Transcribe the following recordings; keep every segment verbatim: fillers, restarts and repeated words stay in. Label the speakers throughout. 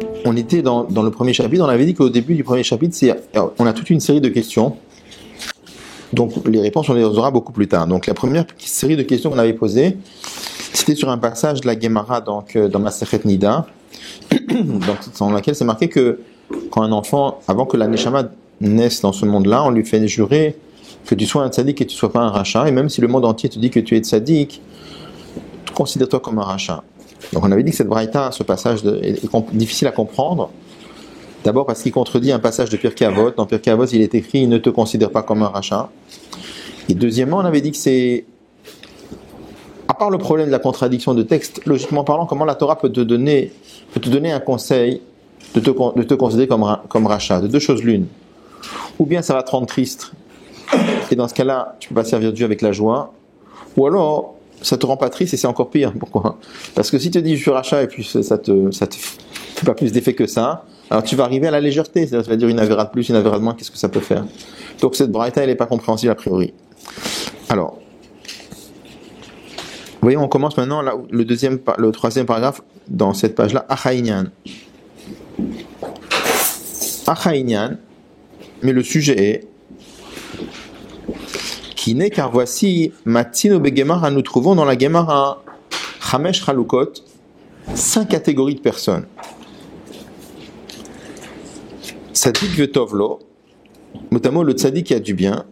Speaker 1: on était dans, dans le premier chapitre, on avait dit qu'au début du premier chapitre, c'est, on a toute une série de questions. Donc les réponses, on les aura beaucoup plus tard. Donc la première série de questions qu'on avait posées, c'était sur un passage de la Gemara, donc dans Masechet Nida, dans laquelle c'est marqué que quand un enfant, avant que la Neshama naisse dans ce monde-là, on lui fait jurer que tu sois un tzaddik et que tu ne sois pas un rachat, et même si le monde entier te dit que tu es tzaddik, considère-toi comme un rachat. Donc on avait dit que cette braïta, ce passage de, est, est comp- difficile à comprendre. D'abord parce qu'il contredit un passage de Pirkei Avot. Dans Pirkei Avot, il est écrit « Ne te considère pas comme un rachat ». Et deuxièmement, on avait dit que c'est... À part le problème de la contradiction de texte, logiquement parlant, comment la Torah peut te donner, peut te donner un conseil de te, de te considérer comme, comme rachat, de deux choses l'une. Ou bien ça va te rendre triste, et dans ce cas-là, tu ne peux pas servir Dieu avec la joie. Ou alors, ça te rend pas triste et c'est encore pire. Pourquoi ? Parce que si tu te dis je suis rachat et puis ça te, ça te fait pas plus d'effet que ça, alors tu vas arriver à la légèreté. C'est-à-dire tu vas dire une avéra de plus, une avéra de moins, qu'est-ce que ça peut faire ? Donc cette braïta, elle n'est pas compréhensible a priori. Alors, vous voyez, on commence maintenant là, le deuxième, le troisième paragraphe dans cette page-là, Achaïnyan. Achaïnyan, mais le sujet est qui n'est car voici Matzino Begemara, nous trouvons dans la Gemara Chamesh Chalukot, cinq catégories de personnes. Tzadik Vetovlo, notamment le tzadik qui a du bien,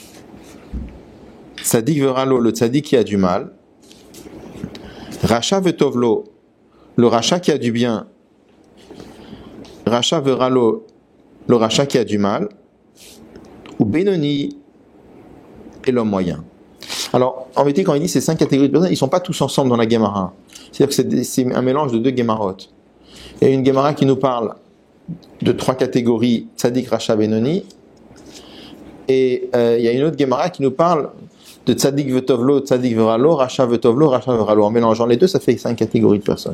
Speaker 1: Tzadik Veralo, le tzadik qui a du mal, Racha Vetovlo, le rachat qui a du bien, Racha Veralo, le rachat qui a du mal, ou Benoni, et l'homme moyen. Alors, en vérité, quand il dit ces cinq catégories de personnes, ils ne sont pas tous ensemble dans la Gemara. C'est-à-dire que c'est, c'est un mélange de deux Gemarot. Il y a une Gemara qui nous parle de trois catégories, Tzadik, Racha, Benoni, et euh, il y a une autre Gemara qui nous parle de Tzadik, Vetovlo, Tzadik, Veralo, Racha, Vetovlo, Racha, Veralo. En mélangeant les deux, ça fait cinq catégories de personnes.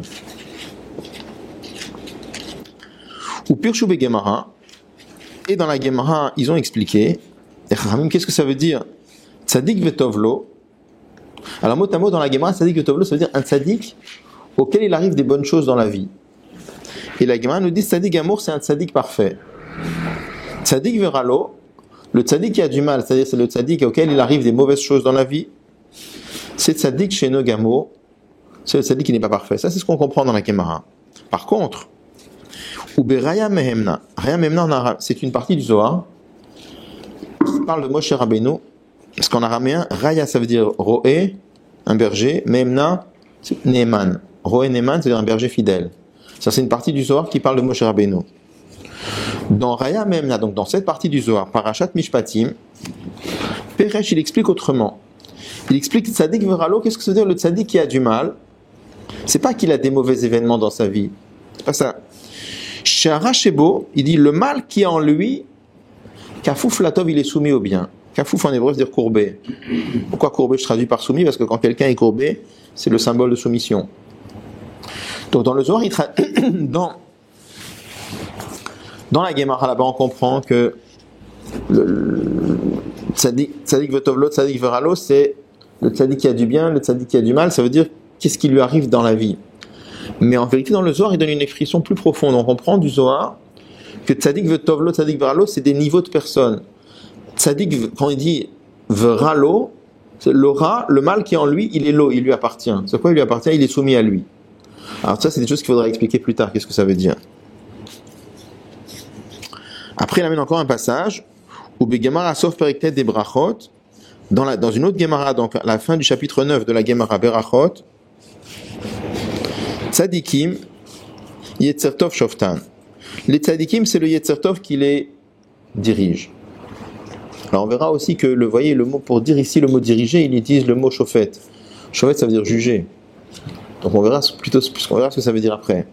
Speaker 1: Ou Pirshu Be Gemara, et dans la Gemara, ils ont expliqué, et Chachamim, qu'est-ce que ça veut dire Tzadik Vetovlo. Alors, mot à mot, dans la Gemara, Tzadik Vetovlo, ça veut dire un tzadik auquel il arrive des bonnes choses dans la vie. Et la Gemara nous dit Tzadik Amour, c'est un tzadik parfait. Tzadik Veralo, le tzadik qui a du mal, c'est-à-dire c'est le tzadik auquel il arrive des mauvaises choses dans la vie, c'est tzadik Sheno Gamo, c'est le tzadik qui n'est pas parfait. Ça, c'est ce qu'on comprend dans la Gemara. Par contre, Ube Raya Mehemna, Raya Mehemna en arabe, c'est une partie du Zohar qui parle de Moshe Rabbeinu. Parce qu'en araméen, Raya, ça veut dire Roé, un berger, Mehemna, c'est Neeman. Roé Neeman, c'est-à-dire un berger fidèle. Ça, c'est une partie du Zohar qui parle de Moshe Rabbeinu. Dans Raya Mehemna, donc dans cette partie du Zohar, Parashat Mishpatim, Peresh, il explique autrement. Il explique Tzadik Veralo, qu'est-ce que ça veut dire le Tzadik qui a du mal ? C'est pas qu'il a des mauvais événements dans sa vie. C'est pas ça. Shara Shebo, il dit le mal qui est en lui, Kafouf Latov, il est soumis au bien. Kafouf en hébreu veut dire courbé. Pourquoi courbé? Je traduis par soumis parce que quand quelqu'un est courbé, c'est le symbole de soumission. Donc dans le Zohar, il tra... dans dans la Gemara là-bas, on comprend que le tzadik tzadik vetovlo, tzadik veralo, c'est le tzadik qui a du bien, le tzadik qui a du mal. Ça veut dire qu'est-ce qui lui arrive dans la vie. Mais en vérité, dans le Zohar, il donne une expression plus profonde. On comprend du Zohar que tzadik vetovlo, tzadik veralo, c'est des niveaux de personnes. Tzadik, quand il dit veralo, c'est l'aura, le mal qui est en lui, il est l'eau, il lui appartient. C'est quoi il lui appartient? Il est soumis à lui. Alors ça, c'est des choses qu'il faudra expliquer plus tard. Qu'est-ce que ça veut dire? Après, il amène encore un passage où Begemara sauf Periktet des Brachot, dans, la, dans une autre Gemara, donc à la fin du chapitre neuf de la Gemara Berachot, Tzadikim, Yetzertov Shoftan. Les Tzadikim, c'est le Yetzertov qui les dirige. Alors on verra aussi que, le, voyez, le mot pour dire ici le mot diriger, il utilise le mot Shofet. Shofet, ça veut dire juger. Donc on verra plutôt on verra ce que ça veut dire après.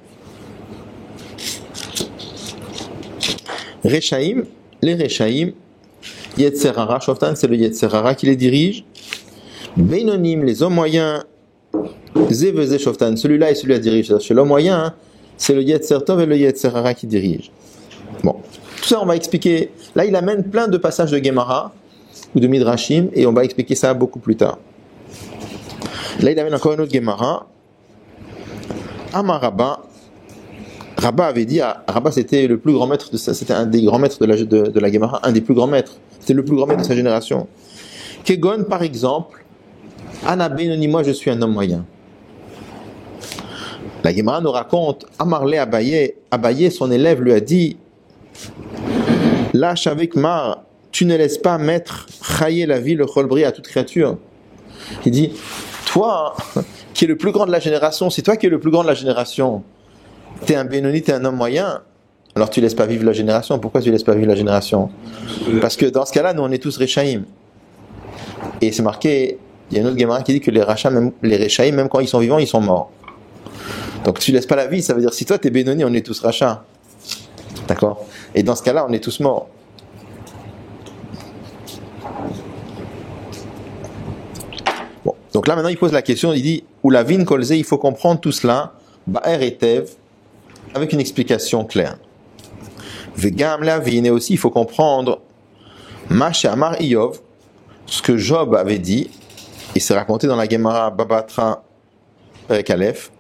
Speaker 1: Rechaim, les Rechaim, Yetzerara, Shoftan, c'est le Yetzerara qui les dirige. Beinonim, les hommes moyens, Zeveze Shoftan, celui-là et celui-là dirige. Chez l'homme moyen, c'est le Yetzertov et le Yetzerara qui dirige. Bon, tout ça on va expliquer. Là il amène plein de passages de Gemara ou de Midrashim et on va expliquer ça beaucoup plus tard. Là il amène encore une autre Gemara. Amaraba, Rabbah avait dit, Rabbah c'était le plus grand maître de ça, c'était un des grands maîtres de la, de, de la Gemara, un des plus grands maîtres, c'était le plus grand maître de sa génération. Kegon par exemple, Ana Benoni, moi je suis un homme moyen. La Gemara nous raconte, Amarle Abaye, Abaye son élève lui a dit, lâche avec Mar, tu ne laisses pas mettre Chaye la vie, le Cholbri à toute créature. Il dit, toi, qui es le plus grand de la génération, c'est toi qui es le plus grand de la génération. T'es un Benoni, t'es un homme moyen, alors tu laisses pas vivre la génération. Pourquoi tu laisses pas vivre la génération? Parce que dans ce cas-là, nous on est tous Rechaïm. Et c'est marqué, il y a une autre Gemara qui dit que les Rachas, même les Rechaïm, même quand ils sont vivants, ils sont morts. Donc tu laisses pas la vie, ça veut dire si toi t'es Benoni, on est tous Rachas. D'accord? Et dans ce cas-là, on est tous morts. Bon, donc là maintenant il pose la question, il dit, ou la vin kolze, il faut comprendre tout cela, ba'er et tev, avec une explication claire. Vegam la vin, et aussi il faut comprendre, ma she'amar Iyov, ce que Job avait dit, et c'est raconté dans la Gemara Babatra avec Aleph.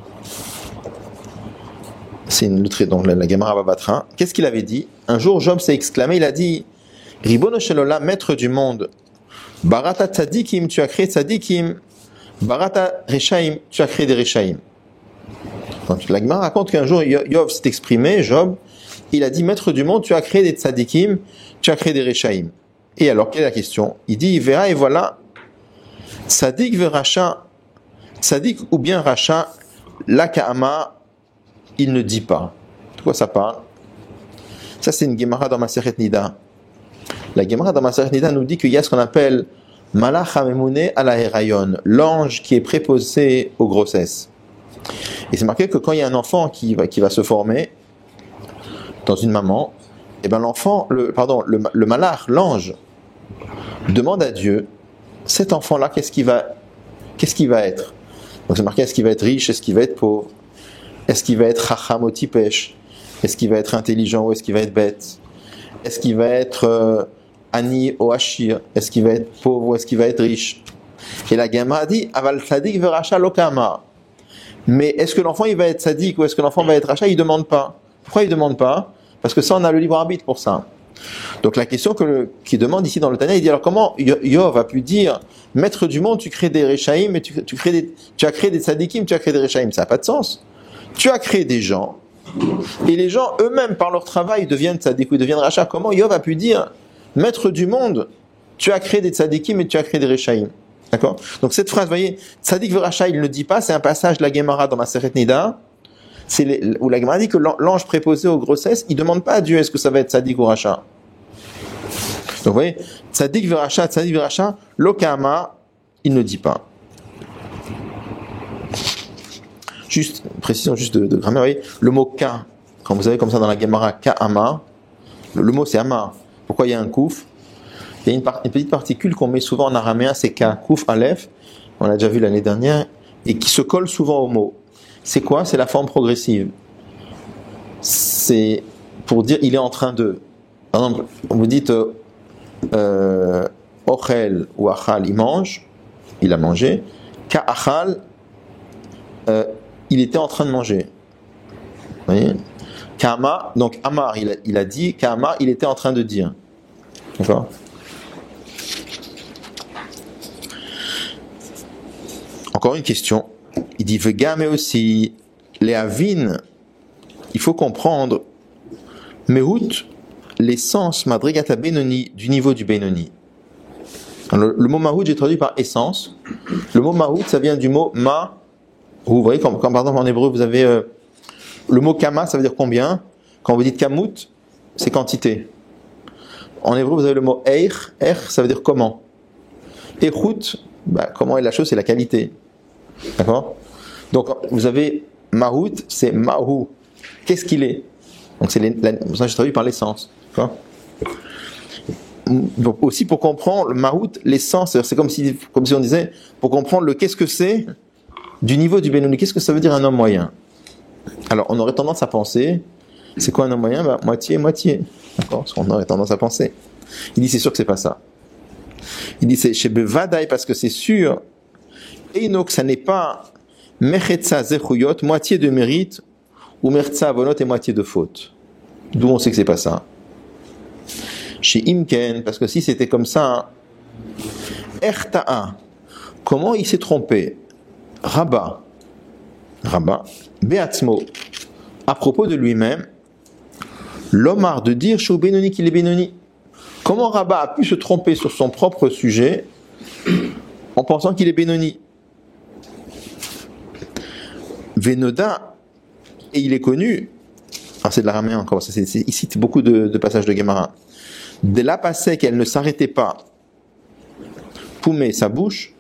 Speaker 1: C'est une lutte, donc la, la Gemara Babatra. Qu'est-ce qu'il avait dit? Un jour, Job s'est exclamé, il a dit, Ribono shel olam, maître du monde, Barata tzadikim, tu as créé tzadikim, Barata rechaim, tu as créé des rechaim. Donc la Gemara raconte qu'un jour, Job s'est exprimé, Job, il a dit, maître du monde, tu as créé des tzadikim, tu as créé des rechaim. Et alors, quelle est la question? Il dit, il verra et voilà, tzadik ve racha, tzadik ou bien racha, la ka'ama, il ne dit pas. De quoi ça parle? Ça, c'est une Gemara dans Masechet Nida. La Gemara dans Masechet Nida nous dit qu'il y a ce qu'on appelle Malach HaMemune ala Herayon, l'ange qui est préposé aux grossesses. Et c'est marqué que quand il y a un enfant qui va, qui va se former dans une maman, et ben l'enfant, le, pardon, le, le Malach, l'ange, demande à Dieu, cet enfant-là, qu'est-ce qu'il va, qu'est-ce qu'il va être? Donc c'est marqué, est-ce qu'il va être riche, est-ce qu'il va être pauvre? Est-ce qu'il va être chacham ou tipesh? Est-ce qu'il va être intelligent ou est-ce qu'il va être bête? Est-ce qu'il va être euh, ani ou ashir? Est-ce qu'il va être pauvre ou est-ce qu'il va être riche? Et la Gemara dit, aval tzadik veracha lokama. Mais est-ce que l'enfant il va être sadique ou est-ce que l'enfant va être racha? Il demande pas. Pourquoi il demande pas? Parce que ça on a le libre arbitre pour ça. Donc la question que le, qui demande ici dans le Tanya, il dit alors comment Yov a pu dire, maître du monde, tu crées des rechaim, et tu, tu, crées des, tu as créé des tzadikim, tu as créé des rechaim, ça n'a pas de sens. Tu as créé des gens, et les gens eux-mêmes, par leur travail, deviennent tzadikim, deviennent rachas. Comment Yov a pu dire, maître du monde, tu as créé des tzadikim et tu as créé des rechaim? D'accord? Donc cette phrase, vous voyez, tzadik veracha, il ne dit pas, c'est un passage de la Gemara dans Masechet Nida, c'est les, où la Gemara dit que l'ange préposé aux grossesses, il ne demande pas à Dieu est-ce que ça va être tzadik ou racha. Donc vous voyez, tzadik veracha, tzadik veracha, lokama, il ne dit pas. Juste, précision juste de, de grammaire, vous voyez, le mot ka, quand vous avez comme ça dans la Gemara, ka-ama, le, le mot c'est ama. Pourquoi il y a un kouf? Il y a une, par, une petite particule qu'on met souvent en araméen, c'est ka, kouf, aleph, on l'a déjà vu l'année dernière, et qui se colle souvent au mot. C'est quoi? C'est la forme progressive. C'est pour dire il est en train de. Par exemple, vous dites euh, ochel ou achal, il mange, il a mangé. Ka achal, euh, il était en train de manger. Vous voyez? Kama, donc Amar, il a, il a dit, Kama, il était en train de dire. D'accord? Encore une question. Il dit Vega, mais aussi les avines, il faut comprendre Mehut, l'essence Madrigata Benoni, du niveau du Benoni. Le, le mot Mahut, j'ai traduit par essence. Le mot Mahut, ça vient du mot Ma. Vous voyez, quand, quand par exemple en hébreu, vous avez euh, le mot Kama, ça veut dire combien. Quand vous dites Kamut, c'est quantité. En hébreu, vous avez le mot Eir. Eir, ça veut dire comment. Echut, bah, comment est la chose, c'est la qualité. D'accord? Donc, vous avez Mahut, c'est Mahu. Qu'est-ce qu'il est? Donc, c'est les, la, ça, je traduis par l'essence. D'accord? Donc, aussi, pour comprendre le Mahut, l'essence, c'est comme si, comme si on disait, pour comprendre le qu'est-ce que c'est du niveau du Benoni, qu'est-ce que ça veut dire un homme moyen? Alors, on aurait tendance à penser, c'est quoi un homme moyen? Bah, moitié, moitié. D'accord? Parce qu'on aurait tendance à penser. Il dit, c'est sûr que c'est pas ça. Il dit, c'est chez Bevadaï, parce que c'est sûr. Et donc, ça n'est pas Mechetza Zechuyot, moitié de mérite, ou mertsa avonot et moitié de faute. D'où on sait que c'est pas ça. Chez Imken, parce que si c'était comme ça, Erta'a, comment il s'est trompé? Rabba, Rabba, Beatzmo, à propos de lui-même, l'Omar de dire chez Benoni qu'il est Benoni. Comment Rabba a pu se tromper sur son propre sujet en pensant qu'il est Benoni? Venoda, et il est connu, alors c'est de l'araméen encore, c'est, c'est, il cite beaucoup de, de passages de Gemara. De là passait qu'elle ne s'arrêtait pas, Poumé, sa bouche,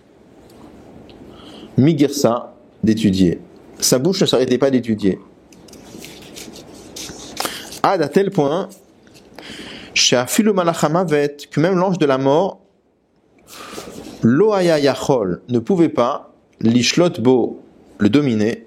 Speaker 1: Migirsa, d'étudier. Sa bouche ne s'arrêtait pas d'étudier. Ad, à tel point, chez Afilu Malachamavet, que même l'ange de la mort, Loaya Yachol, ne pouvait pas, Lishlot Bo, le dominer,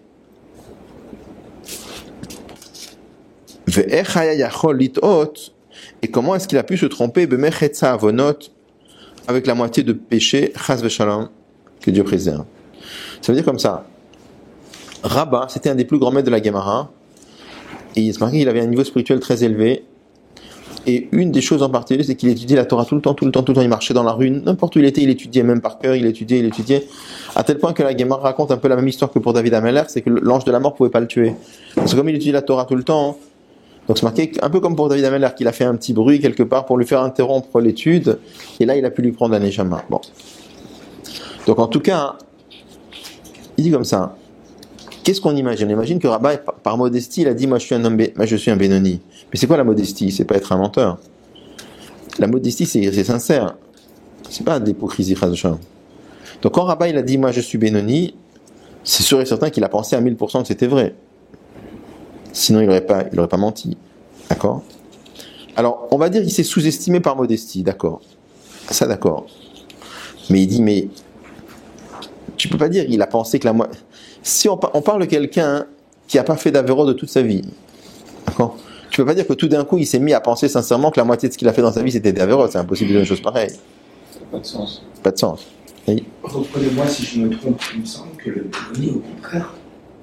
Speaker 1: Ve'echaya Yachol Litot, et comment est-ce qu'il a pu se tromper, Bemechetza Avonot, avec la moitié de péché, Chas Veshalom, que Dieu préserve. Ça veut dire comme ça. Rabba, c'était un des plus grands maîtres de la Gemara, et il se marquait qu'il avait un niveau spirituel très élevé. Et une des choses en particulier, c'est qu'il étudiait la Torah tout le temps, tout le temps, tout le temps. Il marchait dans la rue, n'importe où il était, il étudiait, même par cœur, il étudiait, il étudiait. À tel point que la Gemara raconte un peu la même histoire que pour David Ameller, c'est que l'ange de la mort pouvait pas le tuer. Parce que comme il étudiait la Torah tout le temps, donc c'est marqué un peu comme pour David Ameller, qu'il a fait un petit bruit quelque part pour lui faire interrompre l'étude, et là il a pu lui prendre la Neshama. Bon. Donc en tout cas, il dit comme ça. Qu'est-ce qu'on imagine? On imagine que Rabba, par modestie, il a dit, moi je suis un homme, moi je suis un Benoni. Mais c'est quoi la modestie? C'est pas être un menteur. La modestie, c'est, c'est sincère. C'est pas d'hypocrisie, Chazoshan. Donc quand Rabba, il a dit, moi je suis Benoni, c'est sûr et certain qu'il a pensé à mille pour cent que c'était vrai. Sinon, il n'aurait pas, il aurait pas menti. D'accord? Alors, on va dire qu'il s'est sous-estimé par modestie. D'accord. Ça, d'accord. Mais il dit, mais tu peux pas dire, il a pensé que la moitié. Si on, on parle de quelqu'un qui n'a pas fait d'avéro de toute sa vie, d'accord? Tu peux pas dire que tout d'un coup il s'est mis à penser sincèrement que la moitié de ce qu'il a fait dans sa vie c'était des avéros. C'est impossible de dire une chose pareille. Ça
Speaker 2: n'a pas de sens.
Speaker 1: Pas de sens. Oui.
Speaker 2: Reprenez-moi si je me trompe, il me semble que le Benoni, au contraire,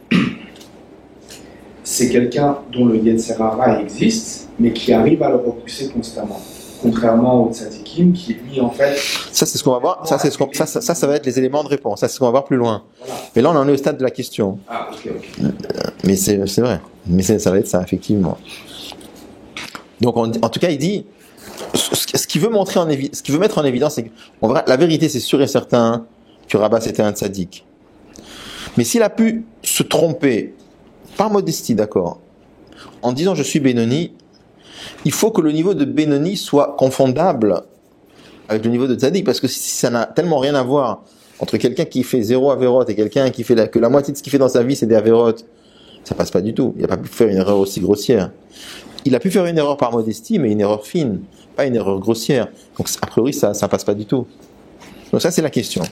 Speaker 2: c'est quelqu'un dont le Yetzer Hara existe, mais qui arrive à le repousser constamment. Contrairement au Tzadikim, qui lui en fait.
Speaker 1: Ça c'est ce qu'on va voir. Ça c'est ce qu'on, ça, ça, ça ça va être les éléments de réponse. Ça c'est ce qu'on va voir plus loin. Voilà. Mais là on en est au stade de la question.
Speaker 2: Ah ok ok.
Speaker 1: Mais c'est c'est vrai. Mais c'est, ça va être ça effectivement. Donc on, en tout cas il dit ce, ce qu'il veut montrer en évi- ce qu'il veut mettre en évidence c'est que on verra, la vérité c'est sûr et certain que Rabba c'était un tzaddik. Mais s'il a pu se tromper par modestie, d'accord, en disant je suis Benoni, il faut que le niveau de Benoni soit confondable avec le niveau de tzaddik, parce que si ça n'a tellement rien à voir entre quelqu'un qui fait zéro avérote et quelqu'un qui fait la, que la moitié de ce qu'il fait dans sa vie c'est des avérotes, ça passe pas du tout. Il n'a pas pu faire une erreur aussi grossière. Il a pu faire une erreur par modestie, mais une erreur fine, pas une erreur grossière. Donc a priori ça ça passe pas du tout. Donc ça c'est la question.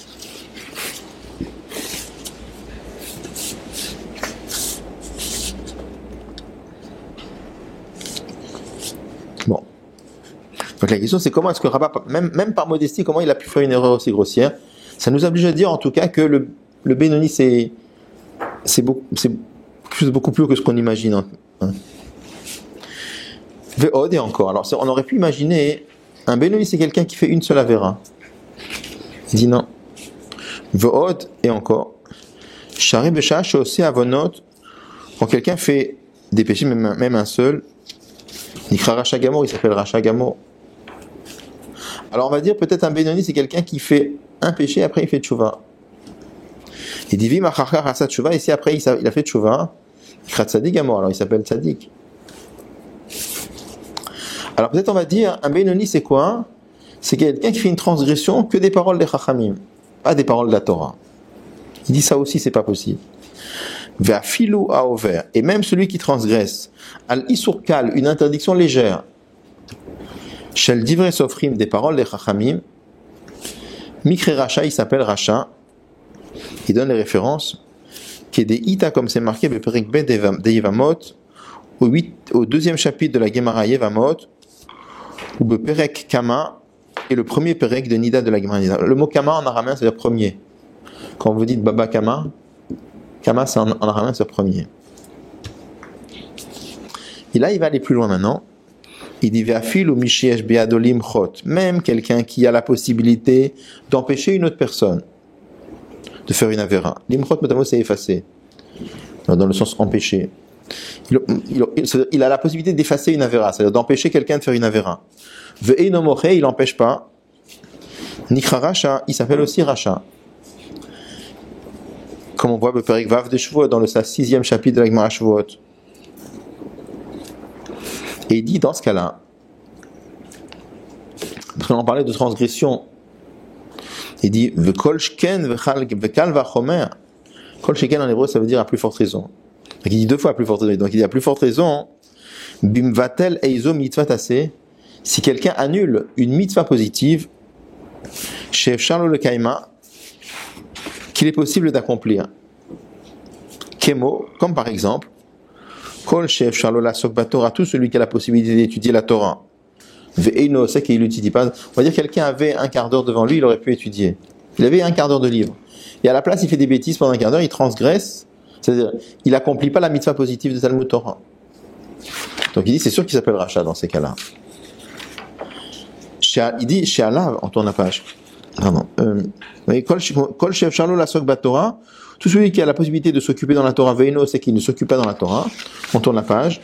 Speaker 1: Bon. Donc la question c'est comment est-ce que Rabba, même, même par modestie, comment il a pu faire une erreur aussi grossière? Ça nous oblige à dire en tout cas que le, le Benoni c'est, c'est, beaucoup, c'est quelque chose de beaucoup plus haut que ce qu'on imagine. Hein. Ve'od et encore. Alors on aurait pu imaginer, un Benoni c'est quelqu'un qui fait une seule avéra. Il dit non. Ve'od et encore. Shari Besha Shosé Avonot, quand quelqu'un fait des péchés, même, même un seul, Nikra Racha Gamor, il s'appelle Racha Gamor. Alors on va dire peut-être un Benoni c'est quelqu'un qui fait un péché après il fait tchouva. Il dit Vim Achachar Hasa tchouva, et si après il a fait tchouva, Nikra Tzadik Gamor, alors il s'appelle Tzadik. Alors peut-être on va dire un Benoni c'est quoi? C'est quelqu'un qui fait une transgression que des paroles des Chachamim, pas des paroles de la Torah. Il dit ça aussi c'est pas possible. Ve'afilu ha'over, et même celui qui transgresse al isur kal, une interdiction légère, shel divrei sofrim, des paroles des chachamim, mikre racha, il s'appelle racha, il donne les références, qui est des ita comme c'est marqué beperek be de Yevamot, au, au deuxième chapitre de la Gemara Yevamot, ou beperek kama, et le premier perek de Nida de la Gemara Nida. Le mot kama en araméen c'est le premier. Quand vous dites baba kama, Kama, c'est en, en araméen, c'est le premier. Et là, il va aller plus loin maintenant. Il dit Ve'afil ou mishiesh be'adolim chot. Même quelqu'un qui a la possibilité d'empêcher une autre personne de faire une avéra. Limchot, notamment, c'est effacer. Dans le sens empêcher. Il, il, il, il a la possibilité d'effacer une avéra, c'est-à-dire d'empêcher quelqu'un de faire une avéra. Ve'eino moche, il n'empêche pas. Nikra Racha, il s'appelle aussi Racha. Comme on voit le Perek Vav de Shavuot dans le sixième chapitre de la Gemara Shavuot. Et il dit dans ce cas-là, parce qu'on parlait de transgression, il dit V'kol shken v'kal v'chomer. Kol shken en hébreu ça veut dire à plus forte raison. Donc il dit deux fois à plus forte raison. Donc il dit à plus forte raison, bimvatel eizo mitzvah tassé. Si quelqu'un annule une mitzvah positive, chez Charles le Kaima, qu'il est possible d'accomplir. Kemo, comme par exemple, Kol chef Charles la Sokba Torah, tout celui qui a la possibilité d'étudier la Torah. Ve'eino, c'est qu'il n'étudie pas. On va dire que quelqu'un avait un quart d'heure devant lui, il aurait pu étudier. Il avait un quart d'heure de livre. Et à la place, il fait des bêtises pendant un quart d'heure, il transgresse, c'est-à-dire, il n'accomplit pas la mitzvah positive de Talmud Torah. Donc il dit, c'est sûr qu'il s'appelle Racha dans ces cas-là. Il dit, chez Allah, on tourne la page. Pardon. Kol chef Charlo la Sokba Torah, tout celui qui a la possibilité de s'occuper dans la Torah, Veino, c'est qu'il ne s'occupe pas dans la Torah. On tourne la page.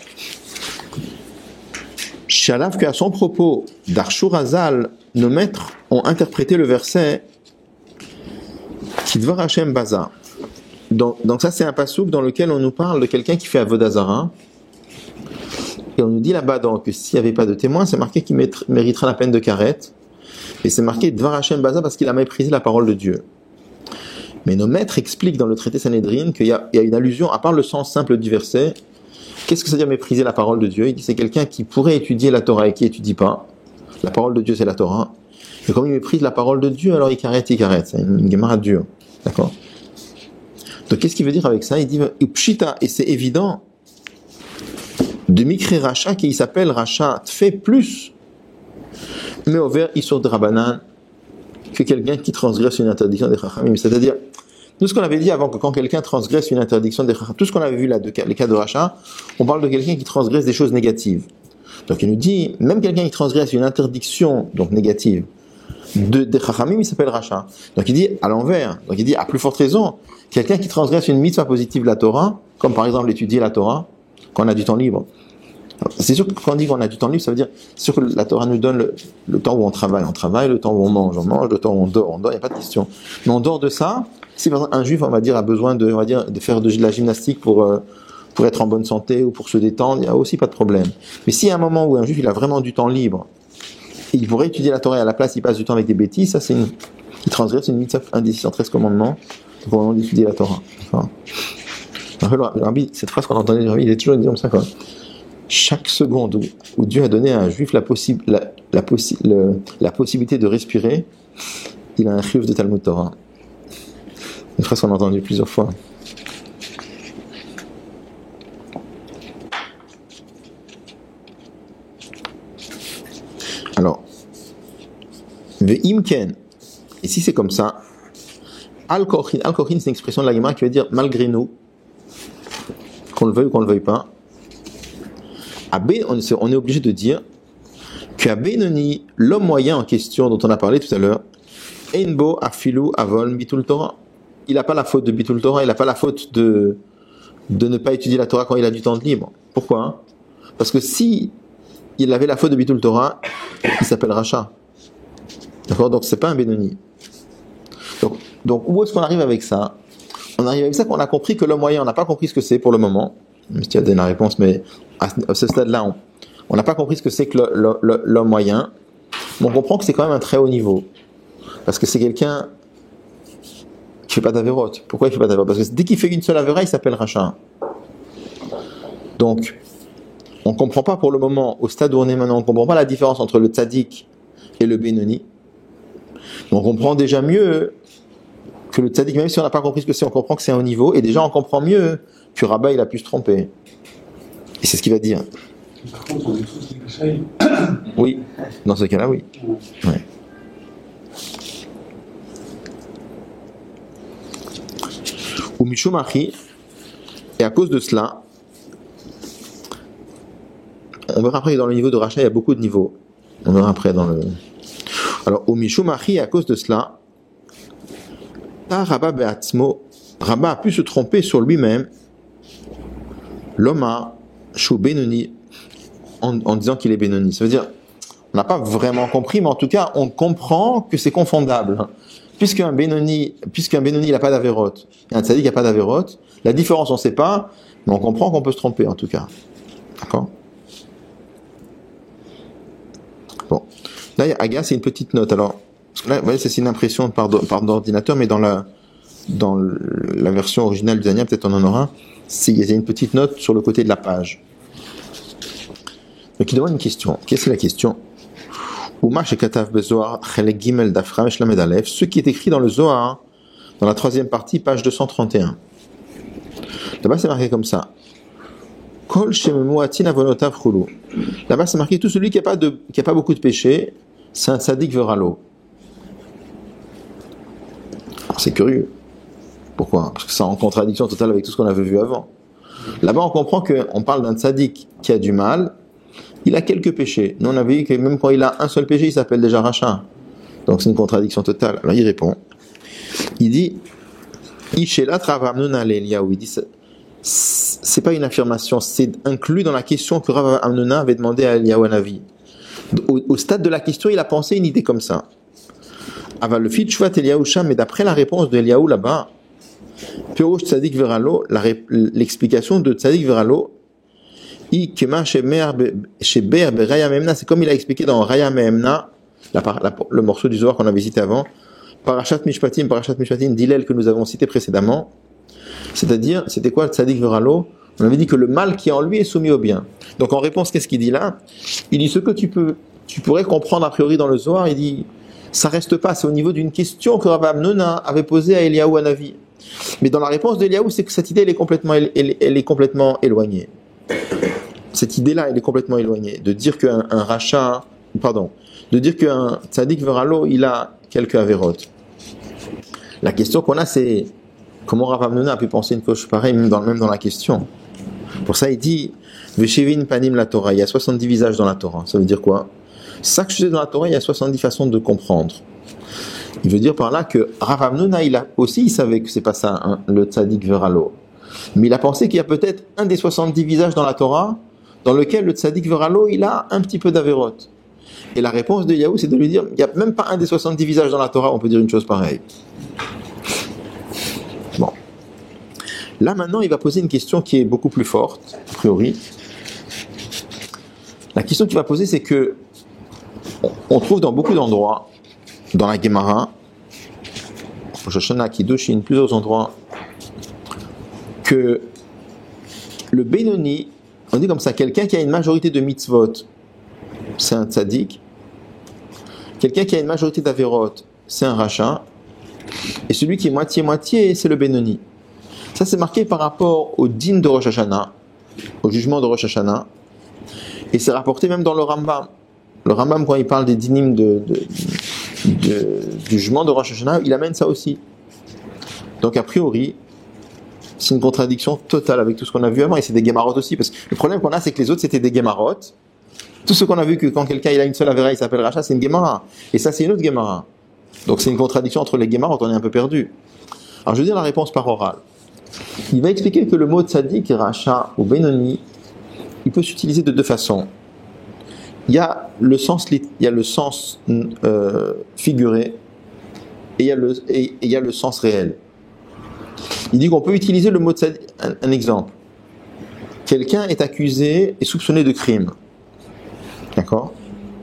Speaker 1: Shalav, qu'à son propos, d'Arshur Hazal, nos maîtres ont interprété le verset Kidvar Hashem Baza. Donc, donc ça, c'est un passouk dans lequel on nous parle de quelqu'un qui fait Avodazara. Et on nous dit là-bas donc, que s'il n'y avait pas de témoin, c'est marqué qu'il méritera la peine de karet. Et c'est marqué Dvar Hashem Baza parce qu'il a méprisé la parole de Dieu. Mais nos maîtres expliquent dans le traité Sanhedrin qu'il y a, il y a une allusion, à part le sens simple du verset. Qu'est-ce que ça veut dire mépriser la parole de Dieu? Il dit c'est quelqu'un qui pourrait étudier la Torah et qui n'étudie pas. La parole de Dieu, c'est la Torah. Et comme il méprise la parole de Dieu, alors il carrette, il carrette. C'est une, une gemara dure. D'accord? Donc qu'est-ce qu'il veut dire avec ça? Il dit Pshita, et c'est évident, de Mikre Racha, qui s'appelle Racha, fait plus, mais au vert, Isur de Rabbanan, que quelqu'un qui transgresse une interdiction des Chachamim. C'est-à-dire, tout ce qu'on avait dit avant, que quand quelqu'un transgresse une interdiction des Chachamim, tout ce qu'on avait vu là, de, les cas de Racha, on parle de quelqu'un qui transgresse des choses négatives. Donc il nous dit, même quelqu'un qui transgresse une interdiction, donc négative, de, des Chachamim, il s'appelle Racha. Donc il dit à l'envers. Donc il dit, à plus forte raison, quelqu'un qui transgresse une mitzvah positive de la Torah, comme par exemple étudier la Torah, quand on a du temps libre. Alors, c'est sûr que quand on dit qu'on a du temps libre, ça veut dire, c'est sûr que la Torah nous donne le, le temps où on travaille, on travaille, le temps où on mange, on mange, le temps où on dort, on dort, il n'y a pas de question. Mais en dehors de ça, si par exemple un juif, on va dire, a besoin de, on va dire, de faire de la gymnastique pour, euh, pour être en bonne santé ou pour se détendre, il n'y a aussi pas de problème. Mais s'il y a un moment où un juif, il a vraiment du temps libre, il pourrait étudier la Torah et à la place, il passe du temps avec des bêtises, ça c'est une, il transgresse une mitzvah, un des six cent treize commandements, au moment d'étudier la Torah. Enfin, le rabbi, cette phrase qu'on entendait du rabbi, il est toujours dit comme ça, quoi. Chaque seconde où, où Dieu a donné à un juif la, possi- la, la, possi- le, la possibilité de respirer, il a un chiyuv de Talmud Torah. Une phrase qu'on a entendue plusieurs fois. Alors, ve'imken, et si c'est comme ça, al-kochin, al-kochin c'est une expression de la Gemara qui veut dire malgré nous, qu'on le veuille ou qu'on le veuille pas. On est obligé de dire qu'à Benoni, l'homme moyen en question dont on a parlé tout à l'heure, Einbo afilu avol bitul Torah. Il n'a pas la faute de bitul Torah, il n'a pas la faute de, de ne pas étudier la Torah quand il a du temps de libre. Pourquoi? Parce que si il avait la faute de bitul Torah, il s'appelle Racha. D'accord? Donc c'est pas un Benoni. Donc, donc où est-ce qu'on arrive avec ça? On arrive avec ça qu'on a compris que l'homme moyen, on n'a pas compris ce que c'est pour le moment. Même si tu as donné la réponse, mais à ce stade-là, on n'a pas compris ce que c'est que le, le, le, l'homme moyen. Mais on comprend que c'est quand même un très haut niveau. Parce que c'est quelqu'un qui ne fait pas d'avérote. Pourquoi il ne fait pas d'avérote? Parce que dès qu'il fait une seule avéra, il s'appelle Racha. Donc, on ne comprend pas pour le moment, au stade où on est maintenant, on ne comprend pas la différence entre le tzaddik et le Benoni. On comprend déjà mieux que le tzaddik, même si on n'a pas compris ce que c'est, on comprend que c'est un haut niveau. Et déjà, on comprend mieux que Rabat, il a pu se tromper. Et c'est ce qu'il va dire.
Speaker 3: Par contre, on est tous des Rachaïm.
Speaker 1: Oui, dans ce cas-là, oui. Ouais. Ou Mishumachi, et à cause de cela, on verra après que dans le niveau de rachat, il y a beaucoup de niveaux. On verra après dans le... Alors, au Mishumachi, à cause de cela, Rabba Beatzmo, Rabba a pu se tromper sur lui-même, Loma, Shou Benoni, en, en disant qu'il est Benoni. Ça veut dire, on n'a pas vraiment compris, mais en tout cas, on comprend que c'est confondable. Puisqu'un Benoni, puisqu'un Benoni n'a pas d'avérote, et un Tzadik n'a pas d'avérote, la différence on ne sait pas, mais on comprend qu'on peut se tromper en tout cas. D'accord? Bon. Là, Aga, c'est une petite note. Alors, là, vous voyez, c'est une impression par, par ordinateur, mais dans la, dans la version originale du Zania, peut-être on en aura, il y a une petite note sur le côté de la page. Donc, il demande une question. Qu'est-ce que c'est la question? Ce qui est écrit dans le Zohar, dans la troisième partie, page deux cent trente et un. Là-bas, c'est marqué comme ça. Là-bas, c'est marqué tout celui qui n'a pas, de, qui a pas beaucoup de péché, c'est un tzaddik veralo. C'est curieux. Pourquoi? Parce que c'est en contradiction totale avec tout ce qu'on avait vu avant. Là-bas, on comprend qu'on parle d'un tzaddik qui a du mal, il a quelques péchés. Nous, on avait vu que même quand il a un seul péché, il s'appelle déjà rachat. Donc, c'est une contradiction totale. Alors, il répond. Il dit, Ishelat Rav Amnuna l'Eliyahu. Il dit, c'est pas une affirmation, c'est inclus dans la question que Rav Amnuna avait demandé à Eliyahu Hanavi. Au, au stade de la question, il a pensé une idée comme ça. Aval le fit shvat Eliyahu sham, mais d'après la réponse de Eliyahu là-bas, Pirosh Tzadik Veralo, l'explication de Tzadik Veralo, c'est comme il a expliqué dans Raya Mehemna, la, la, le morceau du Zohar qu'on a visité avant, Parashat Mishpatim, Parashat Mishpatim, d'Hillel que nous avons cité précédemment. C'est-à-dire, c'était quoi le Tzadik Veralo? On avait dit que le mal qui est en lui est soumis au bien. Donc en réponse, qu'est-ce qu'il dit là? Il dit ce que tu peux, tu pourrais comprendre a priori dans le Zohar, il dit, ça reste pas, c'est au niveau d'une question que Rav Amnuna avait posée à Eliyahu Hanavi. Mais dans la réponse d'Eliyahu, c'est que cette idée, elle est complètement, elle, elle, elle est complètement éloignée. Cette idée-là, elle est complètement éloignée. De dire qu'un un rachat, pardon, de dire qu'un tzaddik veralo, il a quelques avérotes. La question qu'on a, c'est comment Rav Amnuna a pu penser une chose pareille, même dans, même dans la question. Pour ça, il dit, Veshevin panim la Torah, il y a soixante-dix visages dans la Torah. Ça veut dire quoi? Chaque sujet dans la Torah, il y a soixante-dix façons de comprendre. Il veut dire par là que Rav Amnuna, il a aussi, il savait que c'est pas ça, hein, le tzaddik veralo. Mais il a pensé qu'il y a peut-être un des soixante-dix visages dans la Torah dans lequel le tzaddik veralo, il a un petit peu d'avérote. Et la réponse de Eliyahu, c'est de lui dire, il n'y a même pas un des soixante-dix visages dans la Torah, on peut dire une chose pareille. Bon. Là, maintenant, il va poser une question qui est beaucoup plus forte, a priori. La question qu'il va poser, c'est que on trouve dans beaucoup d'endroits, dans la Gemara, Rosh Hashanah, Kiddushin, plusieurs endroits, que le Benoni, on dit comme ça, quelqu'un qui a une majorité de mitzvot, c'est un tzaddik. Quelqu'un qui a une majorité d'averot, c'est un rachat. Et celui qui est moitié-moitié, c'est le Benoni. Ça, c'est marqué par rapport au din de Rosh Hashanah, au jugement de Rosh Hashanah. Et c'est rapporté même dans le Rambam. Le Rambam, quand il parle des dinim de, de, de, du jugement de Rosh Hashanah, il amène ça aussi. Donc, a priori, c'est une contradiction totale avec tout ce qu'on a vu avant, et c'est des Gemarot aussi, parce que le problème qu'on a, c'est que les autres, c'était des Gemarot. Tout ce qu'on a vu, que quand quelqu'un il a une seule avéra, il s'appelle Racha, c'est une Gemara. Et ça, c'est une autre Gemara. Donc c'est une contradiction entre les Gemarot, on est un peu perdu. Alors je vais dire la réponse par oral. Il va expliquer que le mot tzaddik, Racha ou Benoni, il peut s'utiliser de deux façons. Il y a le sens, il y a le sens euh, figuré, et il y a le, et, et il y a le sens réel. Il dit qu'on peut utiliser le mot tzaddik. Un, un exemple. Quelqu'un est accusé et soupçonné de crime. D'accord?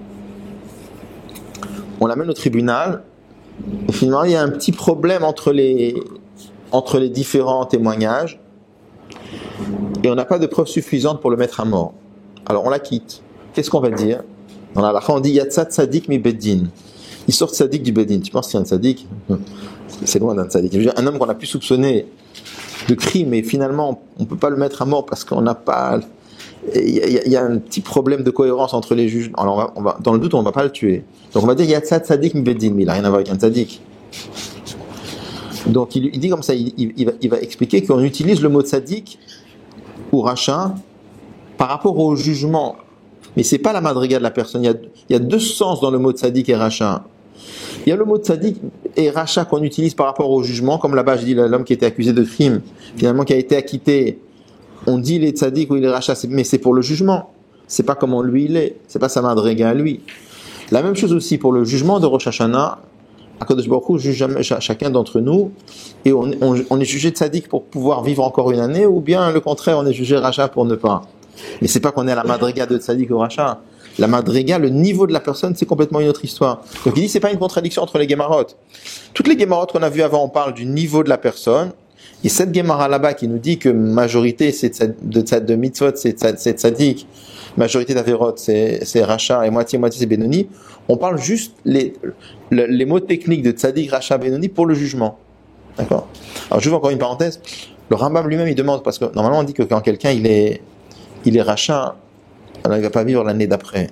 Speaker 1: On l'amène au tribunal, et finalement il y a un petit problème entre les, entre les différents témoignages, et on n'a pas de preuves suffisantes pour le mettre à mort. Alors on la quitte. Qu'est-ce qu'on va dire? Dans la halakha on dit Yatzat Tzadik mi Beddin. Il sort Tzadik du Beddin. Tu penses qu'il y a un Tzadik? C'est loin d'un Tzadik. Un homme qu'on a pu soupçonner de crime, et finalement on ne peut pas le mettre à mort parce qu'on n'a pas. Il y, y, y a un petit problème de cohérence entre les juges. Alors on va, on va, dans le doute, on ne va pas le tuer. Donc on va dire Yatzat Tzadik mi Beddin, mais il n'a rien à voir avec un Tzadik. Donc il, il dit comme ça, il, il, il, va, il va expliquer qu'on utilise le mot Tzadik ou Racha par rapport au jugement mais c'est pas la madriga de la personne. Il y a, il y a deux sens dans le mot tzadik et racha. Il y a le mot tzadik et racha qu'on utilise par rapport au jugement, comme là-bas je dis l'homme qui était accusé de crime, finalement qui a été acquitté. On dit il est tzadik ou il est racha, mais c'est pour le jugement. C'est pas comment lui il est, c'est pas sa madriga à lui. La même chose aussi pour le jugement de Rosh Hashanah. Akadosh Baruch Hu juge jamais, chacun d'entre nous, et on, on, on est jugé tzadik pour pouvoir vivre encore une année, ou bien le contraire, on est jugé racha pour ne pas. Mais c'est pas qu'on est à la madriga de tzadik ou racha. La madriga, le niveau de la personne, c'est complètement une autre histoire. Donc il dit c'est pas une contradiction entre les Gemarot. Toutes les Gemarot qu'on a vues avant, on parle du niveau de la personne. Et cette Gemara là-bas qui nous dit que majorité c'est de, de, de mitzvot, c'est, c'est tzadik, majorité d'averot c'est, c'est racha et moitié moitié c'est benoni. On parle juste les, les, les mots techniques de tzadik, racha, benoni pour le jugement. D'accord. Alors j'ouvre encore une parenthèse. Le Rambam lui-même il demande, parce que normalement on dit que quand quelqu'un il est il est racha, alors il ne va pas vivre l'année d'après.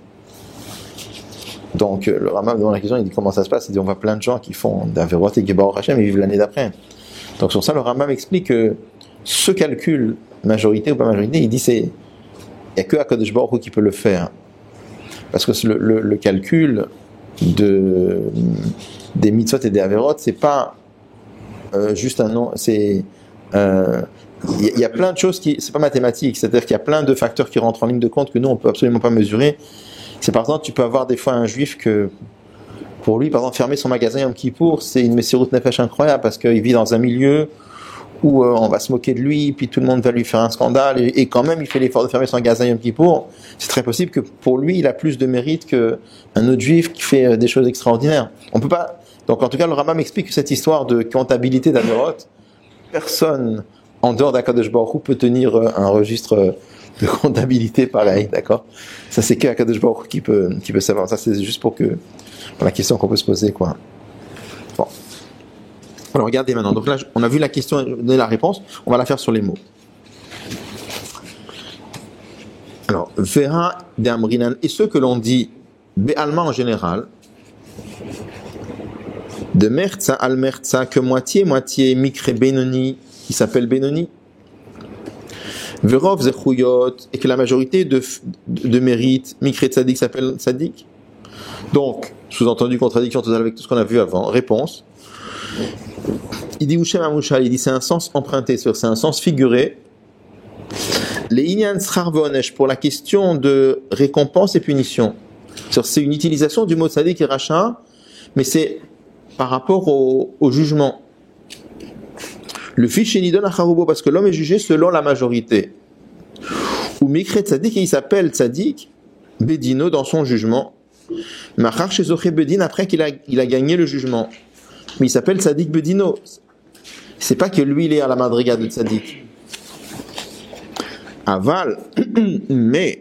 Speaker 1: Donc le Rambam demande la question, il dit comment ça se passe. Il dit on voit plein de gens qui font d'averot et gebarot racha mais ils vivent l'année d'après. Donc sur ça le Rambam explique que ce calcul majorité ou pas majorité, il dit c'est il n'y a que Akadosh Baruch Hu qui peut le faire. Parce que le, le, le calcul de, des mitzvot et des averot, c'est pas euh, juste un nom, c'est il euh, y, y a plein de choses qui, c'est pas mathématique, c'est-à-dire qu'il y a plein de facteurs qui rentrent en ligne de compte que nous on peut absolument pas mesurer. C'est par exemple, tu peux avoir des fois un juif que pour lui, par exemple, fermer son magasin Yom Kippour, c'est une messirut nefesh incroyable parce qu'il vit dans un milieu où euh, on va se moquer de lui, puis tout le monde va lui faire un scandale, et, et quand même il fait l'effort de fermer son magasin Yom Kippour. C'est très possible que pour lui, il a plus de mérite qu'un autre juif qui fait euh, des choses extraordinaires. On peut pas. Donc en tout cas, le Rambam explique que cette histoire de comptabilité d'Averot, personne en dehors d'Akadosh Baruch Hu peut tenir euh, un registre euh, de comptabilité pareil, d'accord. Ça c'est que Akadosh Baruch Hu qui peut qui peut savoir. Ça c'est juste pour que pour la question qu'on peut se poser, quoi. Bon. Alors regardez maintenant, donc là on a vu la question et la réponse, on va la faire sur les mots. Alors, Vera d'Amrinan, et ceux que l'on dit Bé'alma en général, de Mertza al Mertza, que moitié, moitié, Mikre Benoni, qui s'appelle Benoni, Verov Zechuyot, et que la majorité de, de, de mérite, Mikre Tzadik s'appelle Tzadik. Donc, sous-entendu contradiction totale avec tout ce qu'on a vu avant. Réponse. Il dit Ushem Amushal, il dit c'est un sens emprunté, c'est un sens figuré. Les Inyan Srar Ve'onesh, pour la question de récompense et punition. C'est une utilisation du mot Tzadik et Racha, mais c'est par rapport au, au jugement. Le fiche Nidon Acharubo, parce que l'homme est jugé selon la majorité. Ou Mikre Tzadik, il s'appelle Tzadik, Bedino dans son jugement. Machar chez Zoché Bedin, après qu'il a, il a gagné le jugement. Mais il s'appelle Tzadik Bedino. C'est pas que lui il est à la madriga de Tzadik. Aval, mais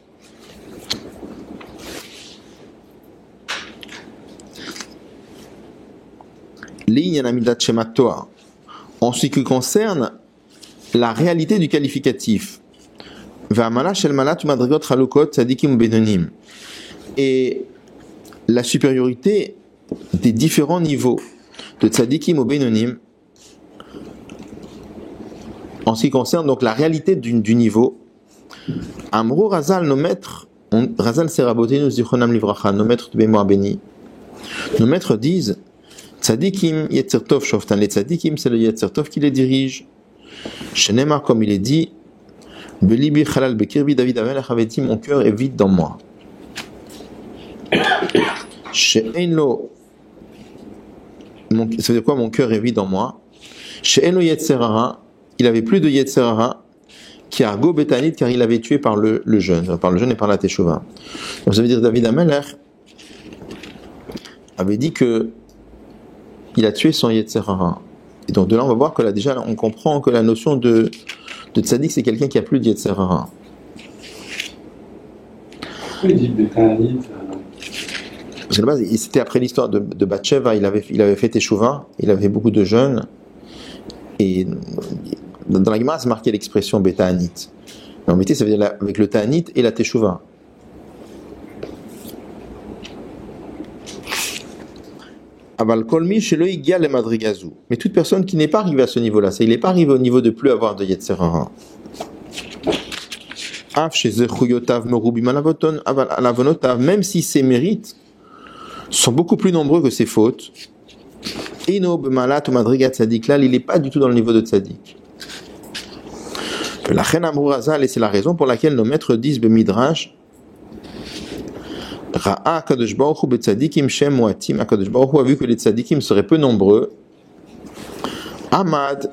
Speaker 1: en ce qui concerne la réalité du qualificatif, et la supériorité des différents niveaux de tzadikim ou benonim, en ce qui concerne donc la réalité du, du niveau, Amrou Razal, nos maîtres, on, Razal Seraboté, nous zichronam livracha, nos maîtres de mémoire bénis, nos maîtres disent tzadikim yetzer tov shoftan, les tzadikim c'est le yetzer tov qui les dirige. Shenema, comme il est dit, belibi chalal bekirbi, David Amelech avait dit mon cœur est vide dans moi. She'enlo, ça veut dire quoi mon cœur est vide dans moi? She'enlo yetzer hara, il avait plus de yetzer hara, qui a go betanit, car il avait tué par le, le jeûne, par le jeûne et par la teshuva. Donc ça veut dire David Amelech avait dit que il a tué son yetzer hara. Et donc de là on va voir que là déjà on comprend que la notion de de tzaddik c'est quelqu'un qui a plus de yetzer hara.
Speaker 3: Pourquoi il dit betanit?
Speaker 1: Parce que de base, c'était après l'histoire de, de Bathsheba, il avait, il avait fait teshuva, il avait beaucoup de jeûnes, et dans la Gemara, c'est marqué l'expression Beta'anit. Mais en réalité, ça veut dire la, avec le Ta'anit et la teshuva. Aval kolmi shelo igia le madrigazu. Mais toute personne qui n'est pas arrivée à ce niveau-là, c'est il n'est pas arrivé au niveau de plus avoir de yetzer hara. Af chez Zechuyotav Merubim Alavonotav, même si ses mérites sont beaucoup plus nombreux que ses fautes, Ino B'malat ou Madrigat Tzadik, là, il n'est pas du tout dans le niveau de Tzadik. La Chen Amrou Razal, et c'est la raison pour laquelle nos maîtres disent B'midrash, Ra'a Kadosh Baruch Hu B'tzadikim Shem Moatim, Kadosh Baruch Hu a vu que les tzadikim seraient peu nombreux. Ahmad,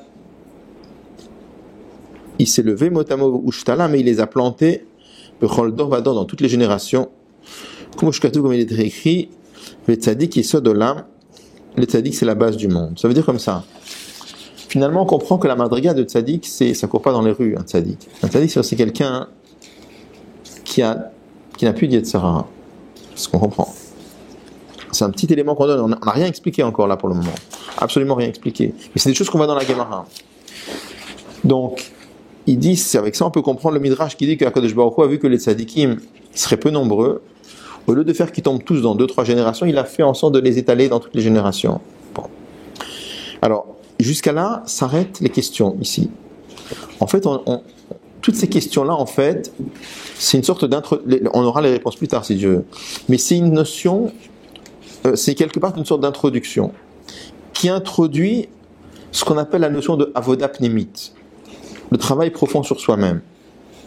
Speaker 1: il s'est levé motamo ushtala, mais il les a plantés bechol dor vador, dans toutes les générations. Comme il est écrit, le tzadik yesod olam, le tzadik c'est la base du monde. Ça veut dire comme ça. Finalement, on comprend que la madriga de tzadik, c'est, ça court pas dans les rues, un tzadik. Un tzadik, c'est aussi quelqu'un qui a, qui n'a plus d'yetzara. C'est ce qu'on comprend. C'est un petit élément qu'on donne. On n'a rien expliqué encore là pour le moment. Absolument rien expliqué. Mais c'est des choses qu'on voit dans la Gemara. Donc, ils disent, c'est avec ça on peut comprendre le Midrash qui dit que Akadosh Baruch Hu a vu que les tzadikim seraient peu nombreux. Au lieu de faire qu'ils tombent tous dans deux, trois générations, il a fait en sorte de les étaler dans toutes les générations. Bon. Alors, jusqu'à là, s'arrêtent les questions ici. En fait, on, on, toutes ces questions-là, en fait, c'est une sorte d'intro... On aura les réponses plus tard, si Dieu veut. Mais c'est une notion, euh, c'est quelque part une sorte d'introduction qui introduit ce qu'on appelle la notion de avoda pnémite, le travail profond sur soi-même. Pourquoi ?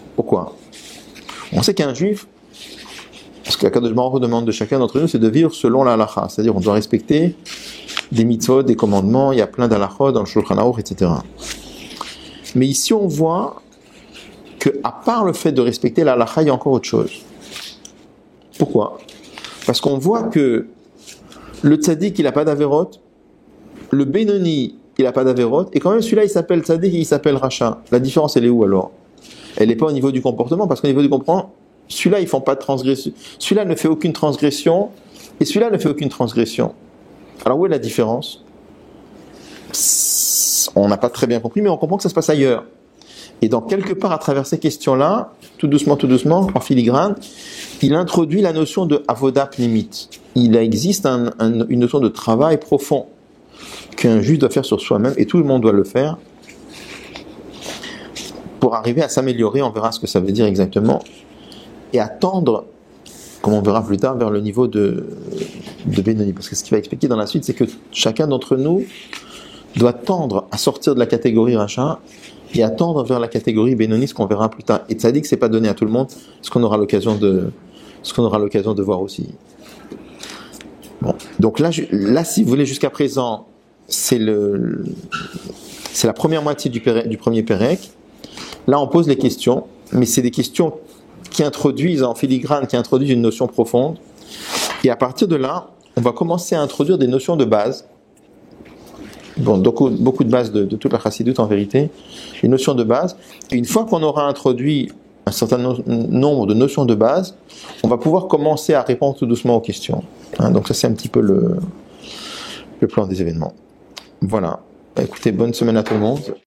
Speaker 1: On sait qu'un juif, ce que la Kadosh Baruch Hu demande de chacun d'entre nous, c'est de vivre selon la halacha, c'est-à-dire on doit respecter des mitzvot, des commandements, il y a plein d'halachot dans le Shulchan Aruch, et cetera. Mais ici on voit que, à part le fait de respecter la halacha, il y a encore autre chose. Pourquoi ? Parce qu'on voit que le tzaddik, il n'a pas d'averot, le Benoni, il n'a pas d'averot, et quand même celui-là, il s'appelle tzaddik et il s'appelle rachat. La différence, elle est où alors ? Elle n'est pas au niveau du comportement, parce qu'au niveau du comportement, celui-là, ils font pas de transgression. Celui-là ne fait aucune transgression, et celui-là ne fait aucune transgression. Alors où est la différence ? On n'a pas très bien compris, mais on comprend que ça se passe ailleurs. Et donc, quelque part, à travers ces questions-là, tout doucement, tout doucement, en filigrane, il introduit la notion de avoda pnémite. Il existe un, un, une notion de travail profond qu'un juif doit faire sur soi-même, et tout le monde doit le faire, pour arriver à s'améliorer. On verra ce que ça veut dire exactement, et attendre, comme on verra plus tard, vers le niveau de, de Benoni. Parce que ce qu'il va expliquer dans la suite, c'est que chacun d'entre nous doit tendre à sortir de la catégorie rachat et à tendre vers la catégorie Benoni, ce qu'on verra plus tard. Et Tzadik, c'est pas donné à tout le monde, ce qu'on aura l'occasion de, ce qu'on aura l'occasion de voir aussi. Bon, donc là, là, si vous voulez, jusqu'à présent, c'est le, c'est la première moitié du, pérec, du premier Pérec. Là, on pose les questions, mais c'est des questions qui introduisent en filigrane, qui introduisent une notion profonde. Et à partir de là, on va commencer à introduire des notions de base. Bon, beaucoup, beaucoup de bases de, de toute la chassidoute en vérité, les notions de base. Et une fois qu'on aura introduit un certain no- nombre de notions de base, on va pouvoir commencer à répondre tout doucement aux questions. Hein, donc ça, c'est un petit peu le, le plan des événements. Voilà. Écoutez, bonne semaine à tout le monde.